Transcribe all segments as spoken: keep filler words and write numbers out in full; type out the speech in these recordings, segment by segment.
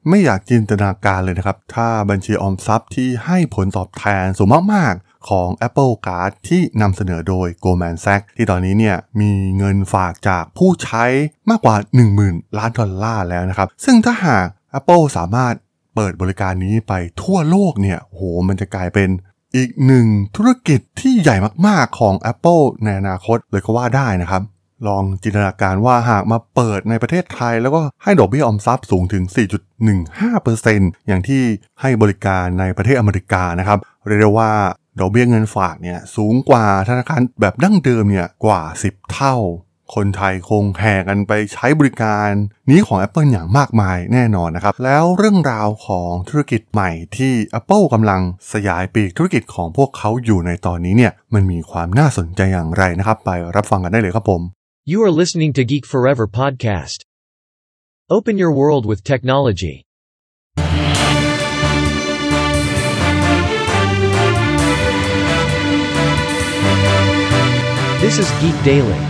ไม่อยากจินตนาการเลยนะครับถ้าบัญชีออมทรัพย์ที่ให้ผลตอบแทนสูงมากๆของ Apple Card ที่นำเสนอโดย Goldman Sachs ที่ตอนนี้เนี่ยมีเงินฝากจากผู้ใช้มากกว่า หนึ่งหมื่น ล้านดอลลาร์แล้วนะครับซึ่งถ้าหาก Apple สามารถเปิดบริการนี้ไปทั่วโลกเนี่ยโหมันจะกลายเป็นอีกหนึ่งธุรกิจที่ใหญ่มากๆของ Apple ในอนาคตเลยก็ว่าได้นะครับลองจินตนาการว่าหากมาเปิดในประเทศไทยแล้วก็ให้ดอกเบี้ยออมทรัพย์สูงถึง สี่จุดหนึ่งห้าเปอร์เซ็นต์ อย่างที่ให้บริการในประเทศอเมริกานะครับเรียกได้ว่าดอกเบี้ยเงินฝากเนี่ยสูงกว่าธนาคารแบบดั้งเดิมเนี่ยกว่าสิบเท่าคนไทยคงแห่กันไปใช้บริการนี้ของ Apple อย่างมากมายแน่นอนนะครับแล้วเรื่องราวของธุรกิจใหม่ที่ Apple กำลังสยายปีกธุรกิจของพวกเขาอยู่ในตอนนี้เนี่ยมันมีความน่าสนใจอย่างไรนะครับไปรับฟังกันได้เลยครับผม You are listening to Geek Forever podcast. Open your world with technology. This is Geek Daily.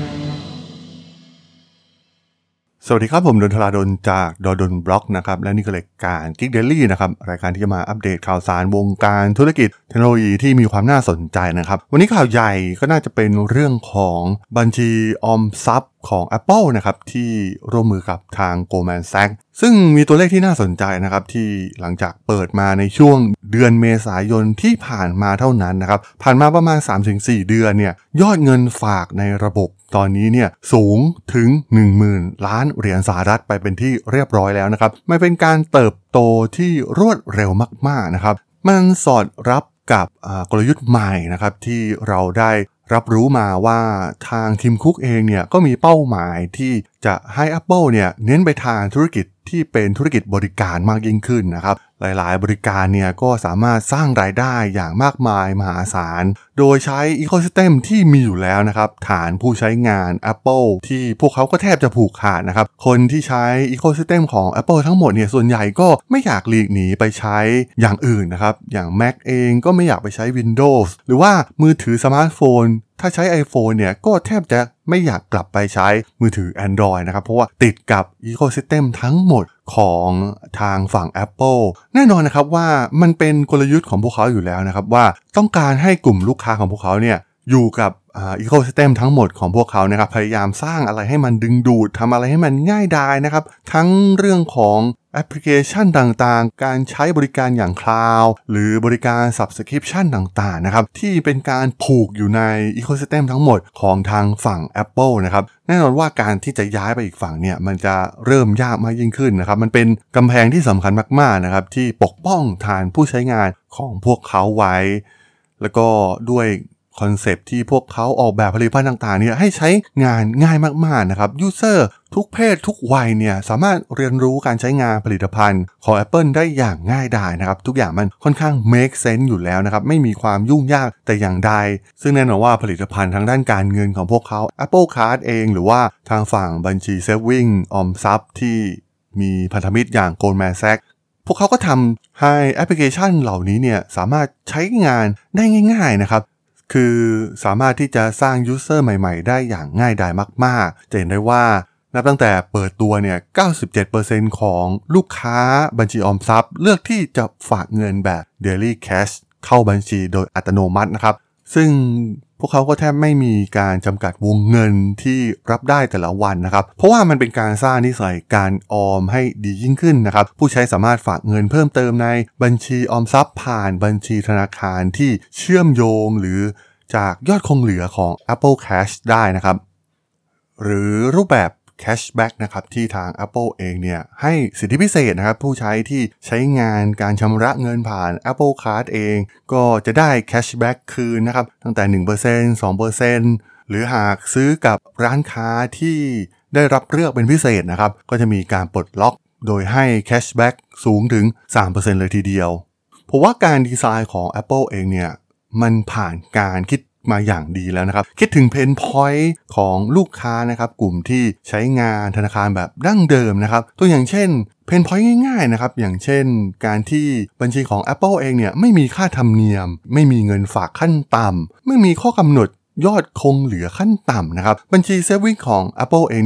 สวัสดีครับผมดนทราดลจากดดลบล็อกนะครับและนี่คือรายการ Geek Daily นะครับรายการที่จะมาอัปเดตข่าวสารวงการธุรกิจเทคโนโลยีที่มีความน่าสนใจนะครับวันนี้ข่าวใหญ่ก็น่าจะเป็นเรื่องของบัญชีออมทรัพย์ของ Apple นะครับที่ร่วมมือกับทาง Goldman Sachs ซึ่งมีตัวเลขที่น่าสนใจนะครับที่หลังจากเปิดมาในช่วงเดือนเมษายนที่ผ่านมาเท่านั้นนะครับผ่านมาประมาณ สามถึงสี่ เดือนเนี่ยยอดเงินฝากในระบบตอนนี้เนี่ยสูงถึง หนึ่งหมื่น ล้านเหรียญสหรัฐไปเป็นที่เรียบร้อยแล้วนะครับมันเป็นการเติบโตที่รวดเร็วมากๆนะครับมันสอดรับกับกลยุทธ์ใหม่นะครับที่เราได้รับรู้มาว่าทางทีมคุกเองเนี่ยก็มีเป้าหมายที่จะให้ Apple เนี่ยเน้นไปทางธุรกิจที่เป็นธุรกิจบริการมากยิ่งขึ้นนะครับหลายๆบริการเนี่ยก็สามารถสร้างรายได้อย่างมากมายมหาศาลโดยใช้อีโคซิสเต็มที่มีอยู่แล้วนะครับฐานผู้ใช้งาน Apple ที่พวกเขาก็แทบจะผูกขาดนะครับคนที่ใช้อีโคซิสเต็มของ Apple ทั้งหมดเนี่ยส่วนใหญ่ก็ไม่อยากหลีกหนีไปใช้อย่างอื่นนะครับอย่าง Mac เองก็ไม่อยากไปใช้ Windows หรือว่ามือถือสมาร์ทโฟนถ้าใช้ iPhone เนี่ยก็แทบจะไม่อยากกลับไปใช้มือถือ Android นะครับเพราะว่าติดกับอีโคซิสเต็มทั้งหมดของทางฝั่ง Apple แน่นอนนะครับว่ามันเป็นกลยุทธ์ของพวกเขาอยู่แล้วนะครับว่าต้องการให้กลุ่มลูกค้าของพวกเขาเนี่ยอยู่กับอีโคซิสเต็มทั้งหมดของพวกเขานะครับพยายามสร้างอะไรให้มันดึงดูดทำอะไรให้มันง่ายดายนะครับทั้งเรื่องของแอปพลิเคชันต่างๆการใช้บริการอย่างคลาวด์หรือบริการ Subscription ต่างๆนะครับที่เป็นการผูกอยู่ในอีโคซิสเต็มทั้งหมดของทางฝั่ง Apple นะครับแน่นอนว่าการที่จะย้ายไปอีกฝั่งเนี่ยมันจะเริ่มยากมากยิ่งขึ้นนะครับมันเป็นกำแพงที่สำคัญมากๆนะครับที่ปกป้องฐานผู้ใช้งานของพวกเขาไว้แล้วก็ด้วยคอนเซปต์ที่พวกเขาออกแบบผลิตภัณฑ์ต่างๆเนี่ยให้ใช้งานง่ายมากๆนะครับยูเซอร์ทุกเพศทุกวัยเนี่ยสามารถเรียนรู้การใช้งานผลิตภัณฑ์ของ Apple ได้อย่างง่ายดายนะครับทุกอย่างมันค่อนข้าง make sense อยู่แล้วนะครับไม่มีความยุ่งยากแต่อย่างใดซึ่งแน่นอนว่าผลิตภัณฑ์ทางด้านการเงินของพวกเขา Apple Card เองหรือว่าทางฝั่งบัญชี Saving ออมทรัพย์ที่มีพันธมิตรอย่าง Goldman Sachsพวกเขาก็ทำให้แอปพลิเคชันเหล่านี้เนี่ยสามารถใช้งานได้ง่ายๆนะครับคือสามารถที่จะสร้างยูสเซอร์ใหม่ๆได้อย่างง่ายดายมากๆจะเห็นได้ว่านับตั้งแต่เปิดตัวเนี่ย เก้าสิบเจ็ดเปอร์เซ็นต์ ของลูกค้าบัญชีออมทรัพย์เลือกที่จะฝากเงินแบบ Daily Cash เข้าบัญชีโดยอัตโนมัตินะครับซึ่งพวกเขาก็แทบไม่มีการจำกัดวงเงินที่รับได้แต่ละวันนะครับเพราะว่ามันเป็นการสร้างนิสัยการออมให้ดียิ่งขึ้นนะครับผู้ใช้สามารถฝากเงินเพิ่มเติมในบัญชีออมทรัพย์ผ่านบัญชีธนาคารที่เชื่อมโยงหรือจากยอดคงเหลือของ Apple Cash ได้นะครับหรือรูปแบบ Cashback นะครับที่ทาง Apple เองเนี่ยให้สิทธิพิเศษนะครับผู้ใช้ที่ใช้งานการชำระเงินผ่าน Apple Card เองก็จะได้ Cashback คืนนะครับตั้งแต่ หนึ่งเปอร์เซ็นต์ สองเปอร์เซ็นต์ หรือหากซื้อกับร้านค้าที่ได้รับเลือกเป็นพิเศษนะครับก็จะมีการปลดล็อกโดยให้ Cashback สูงถึง สามเปอร์เซ็นต์ เลยทีเดียวเพราะว่าการดีไซน์ของ Apple เองเนี่ยมันผ่านการคิดมาอย่างดีแล้วนะครับคิดถึงเพนพอยต์ของลูกค้านะครับกลุ่มที่ใช้งานธนาคารแบบดั้งเดิมนะครับตัวอย่างเช่นเพนพอยต์ง่ายๆนะครับอย่างเช่นการที่บัญชีของ Apple เองเนี่ยไม่มีค่าธรรมเนียมไม่มีเงินฝากขั้นต่ำไม่มีข้อกำหนดยอดคงเหลือขั้นต่ำนะครับบัญชี Saving ของ Apple เองเนี่ย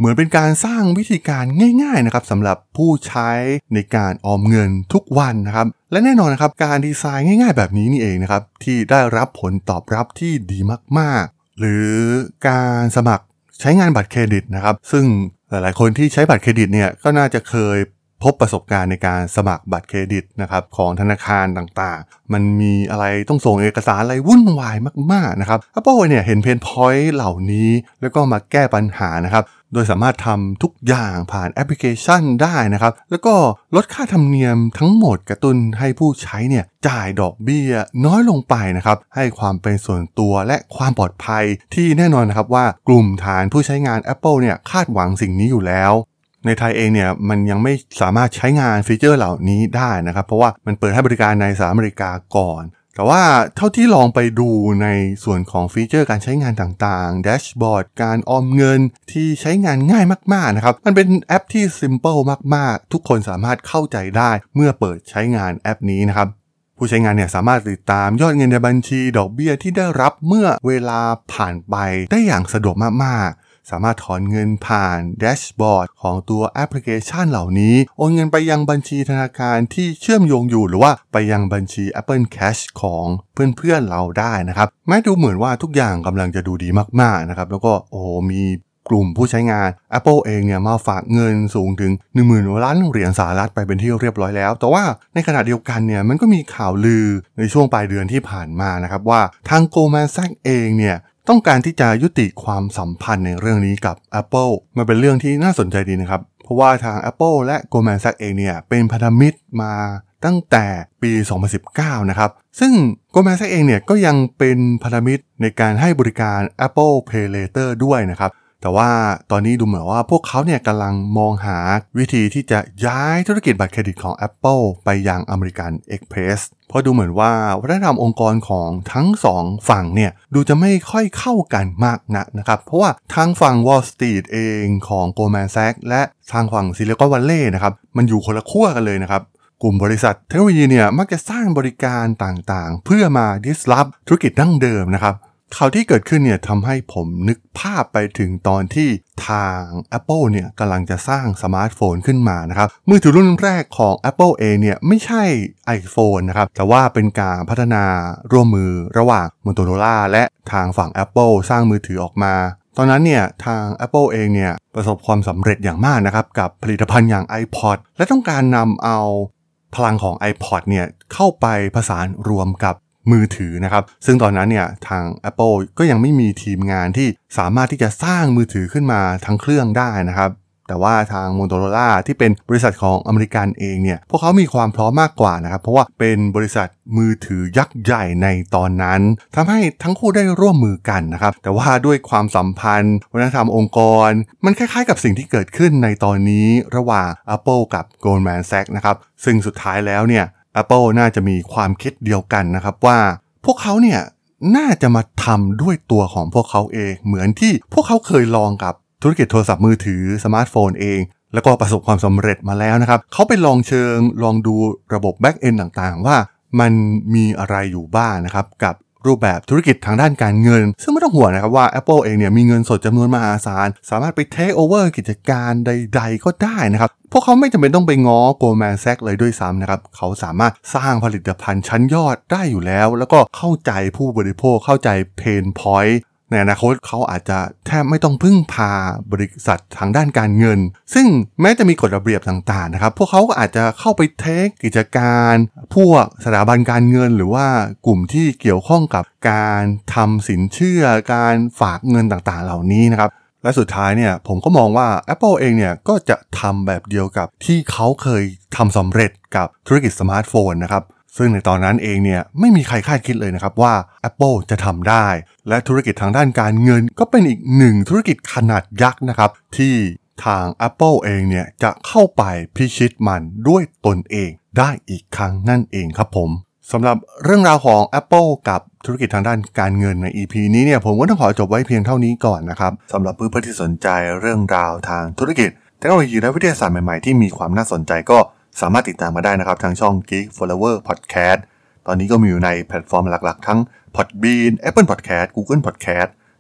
เหมือนเป็นการสร้างวิธีการง่ายๆนะครับสำหรับผู้ใช้ในการออมเงินทุกวันนะครับและแน่นอนนะครับการดีไซน์ง่ายๆแบบนี้นี่เองนะครับที่ได้รับผลตอบรับที่ดีมากๆหรือการสมัครใช้งานบัตรเครดิตนะครับซึ่งหลายๆคนที่ใช้บัตรเครดิตเนี่ยก็น่าจะเคยพบประสบการณ์ในการสมัครบัตรเครดิตนะครับของธนาคารต่างๆมันมีอะไรต้องส่งเอกสารอะไรวุ่นวายมากๆนะครับ Apple เนี่ยเห็นเพนพอยต์เหล่านี้แล้วก็มาแก้ปัญหานะครับโดยสามารถทำทุกอย่างผ่านแอปพลิเคชันได้นะครับแล้วก็ลดค่าธรรมเนียมทั้งหมดกระตุ้นให้ผู้ใช้เนี่ยจ่ายดอกเบี้ยน้อยลงไปนะครับให้ความเป็นส่วนตัวและความปลอดภัยที่แน่นอนนะครับว่ากลุ่มฐานผู้ใช้งาน Apple เนี่ยคาดหวังสิ่งนี้อยู่แล้วในไทยเองเนี่ยมันยังไม่สามารถใช้งานฟีเจอร์เหล่านี้ได้นะครับเพราะว่ามันเปิดให้บริการในสหรัฐอเมริกาก่อนแต่ว่าเท่าที่ลองไปดูในส่วนของฟีเจอร์การใช้งานต่างๆแดชบอร์ดการออมเงินที่ใช้งานง่ายมากๆนะครับมันเป็นแอปที่ซิมเปิลมากๆทุกคนสามารถเข้าใจได้เมื่อเปิดใช้งานแอปนี้นะครับผู้ใช้งานเนี่ยสามารถติดตามยอดเงินในบัญชีดอกเบี้ยที่ได้รับเมื่อเวลาผ่านไปได้อย่างสะดวกมากๆสามารถถอนเงินผ่านแดชบอร์ดของตัวแอปพลิเคชันเหล่านี้โอนเงินไปยังบัญชีธนาคารที่เชื่อมโยงอยู่หรือว่าไปยังบัญชี Apple Cash ของเพื่อนๆเราได้นะครับแม้ดูเหมือนว่าทุกอย่างกำลังจะดูดีมากๆนะครับแล้วก็โอ้มีกลุ่มผู้ใช้งาน Apple เองเนี่ยมาฝากเงินสูงถึง หนึ่งหมื่น ล้านเหรียญสหรัฐไปเป็นที่เรียบร้อยแล้วแต่ว่าในขณะเดียวกันเนี่ยมันก็มีข่าวลือในช่วงปลายเดือนที่ผ่านมานะครับว่าทาง Goldman Sachs เองเนี่ยต้องการที่จะยุติความสัมพันธ์ในเรื่องนี้กับ Apple มันเป็นเรื่องที่น่าสนใจดีนะครับเพราะว่าทาง Apple และ Goldman Sachs เองเนี่ยเป็นพันธมิตรมาตั้งแต่ปี สองพันสิบเก้า นะครับซึ่ง Goldman Sachs เองเนี่ยก็ยังเป็นพันธมิตรในการให้บริการ Apple Pay Later ด้วยนะครับแต่ว่าตอนนี้ดูเหมือนว่าพวกเขาเนี่ยกำลังมองหาวิธีที่จะย้ายธุรกิจบัตรเครดิตของ Apple ไปยัง American Express เพราะดูเหมือนว่าวัฒนธรรมองค์กรของทั้งสองฝั่งเนี่ยดูจะไม่ค่อยเข้ากันมากนักนะครับเพราะว่าทางฝั่ง Wall Street เองของ Goldman Sachs และทางฝั่ง Silicon Valley นะครับมันอยู่คนละขั้วกันเลยนะครับกลุ่มบริษัทเทคโนโลยีเนี่ยมักจะสร้างบริการต่างๆเพื่อมา disrupt ธุรกิจดั้งเดิมนะครับข่าวที่เกิดขึ้นเนี่ยทำให้ผมนึกภาพไปถึงตอนที่ทาง Apple เนี่ยกำลังจะสร้างสมาร์ทโฟนขึ้นมานะครับมือถือรุ่นแรกของ Apple เองเนี่ยไม่ใช่ iPhone นะครับแต่ว่าเป็นการพัฒนาร่วมมือระหว่าง Motorola และทางฝั่ง Apple สร้างมือถือออกมาตอนนั้นเนี่ยทาง Apple เองเนี่ยประสบความสำเร็จอย่างมากนะครับกับผลิตภัณฑ์อย่าง iPod และต้องการนำเอาพลังของ iPod เนี่ยเข้าไปผสานรวมกับมือถือนะครับซึ่งตอนนั้นเนี่ยทาง Apple ก็ยังไม่มีทีมงานที่สามารถที่จะสร้างมือถือขึ้นมาทั้งเครื่องได้นะครับแต่ว่าทาง Motorola ที่เป็นบริษัทของอเมริกันเองเนี่ยพวกเขามีความพร้อมมากกว่านะครับเพราะว่าเป็นบริษัทมือถือยักษ์ใหญ่ในตอนนั้นทำให้ทั้งคู่ได้ร่วมมือกันนะครับแต่ว่าด้วยความสัมพันธ์วัฒนธรรมองค์กรมันคล้ายๆกับสิ่งที่เกิดขึ้นในตอนนี้ระหว่าง Apple กับ Goldman Sachs นะครับซึ่งสุดท้ายแล้วเนี่ยApple น่าจะมีความคิดเดียวกันนะครับว่าพวกเขาเนี่ยน่าจะมาทำด้วยตัวของพวกเขาเองเหมือนที่พวกเขาเคยลองกับธุรกิจโทรศัพท์มือถือสมาร์ทโฟนเองแล้วก็ประสบความสำเร็จมาแล้วนะครับเขาไปลองเชิงลองดูระบบแบ็กเอนด์ต่างๆว่ามันมีอะไรอยู่บ้างนะครับกับรูปแบบธุรกิจทางด้านการเงินซึ่งไม่ต้องห่วงนะครับว่า Apple เองเนี่ยมีเงินสดจำนวนมหาศาลสามารถไปเทคโอเวอร์กิจการใดๆก็ได้นะครับพวกเขาไม่จำเป็นต้องไปง้อ Goldman Sachs เลยด้วยซ้ำนะครับเขาสามารถสร้างผลิตภัณฑ์ชั้นยอดได้อยู่แล้วแล้วก็เข้าใจผู้บริโภคเข้าใจเพนพอยต์ในอนาคตเขาอาจจะแทบไม่ต้องพึ่งพาบริษัททางด้านการเงินซึ่งแม้จะมีกฎระเบียบต่างๆนะครับพวกเขาก็อาจจะเข้าไปเทคกิจการพวกสถาบันการเงินหรือว่ากลุ่มที่เกี่ยวข้องกับการทำสินเชื่อการฝากเงินต่างๆเหล่านี้นะครับและสุดท้ายเนี่ยผมก็มองว่า Apple เองเนี่ยก็จะทำแบบเดียวกับที่เขาเคยทำสำเร็จกับธุรกิจสมาร์ทโฟนนะครับซึ่งในตอนนั้นเองเนี่ยไม่มีใครคาดคิดเลยนะครับว่า Apple จะทำได้และธุรกิจทางด้านการเงินก็เป็นอีกหนึ่งธุรกิจขนาดยักษ์นะครับที่ทาง Apple เองเนี่ยจะเข้าไปพิชิตมันด้วยตนเองได้อีกครั้งนั่นเองครับผมสำหรับเรื่องราวของ Apple กับธุรกิจทางด้านการเงินใน อี พี นี้เนี่ยผมก็ต้องขอจบไว้เพียงเท่านี้ก่อนนะครับสำหรับเพื่อนๆที่สนใจเรื่องราวทางธุรกิจเทคโนโลยีและวิทยาศาสตร์ใหม่ๆที่มีความน่าสนใจก็สามารถติดตามมาได้นะครับทางช่อง Geek Flower Podcast ตอนนี้ก็มีอยู่ในแพลตฟอร์มหลักๆทั้ง Podbean Apple Podcast Google Podcast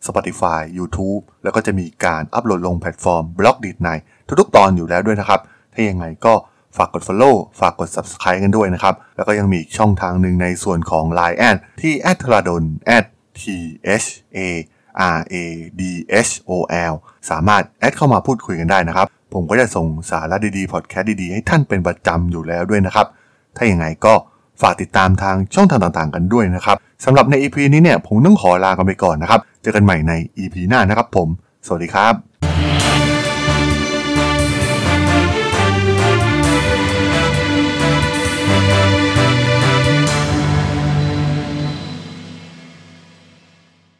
Spotify YouTube แล้วก็จะมีการอัปโหลดลงแพลตฟอร์ม บล็อกดิท ในทุกๆตอนอยู่แล้วด้วยนะครับถ้ายังไงก็ฝากกด follow ฝากกด subscribe กันด้วยนะครับแล้วก็ยังมีอีกช่องทางหนึ่งในส่วนของ ไลน์ แอด ที่ แอท ธราดล แอท ที เอช เอ อาร์ เอ ดี เอช โอ แอล สามารถแอดเข้ามาพูดคุยกันได้นะครับผมก็จะส่งสาระดีๆพอดแคสต์ดีๆให้ท่านเป็นประจำอยู่แล้วด้วยนะครับถ้าอย่างไงก็ฝากติดตามทางช่องทางต่างๆกันด้วยนะครับสำหรับใน อี พี นี้เนี่ยผมต้องขอลากันไปก่อนนะครับเจอกันใหม่ใน อี พี หน้านะครับผมสวัสดีครับ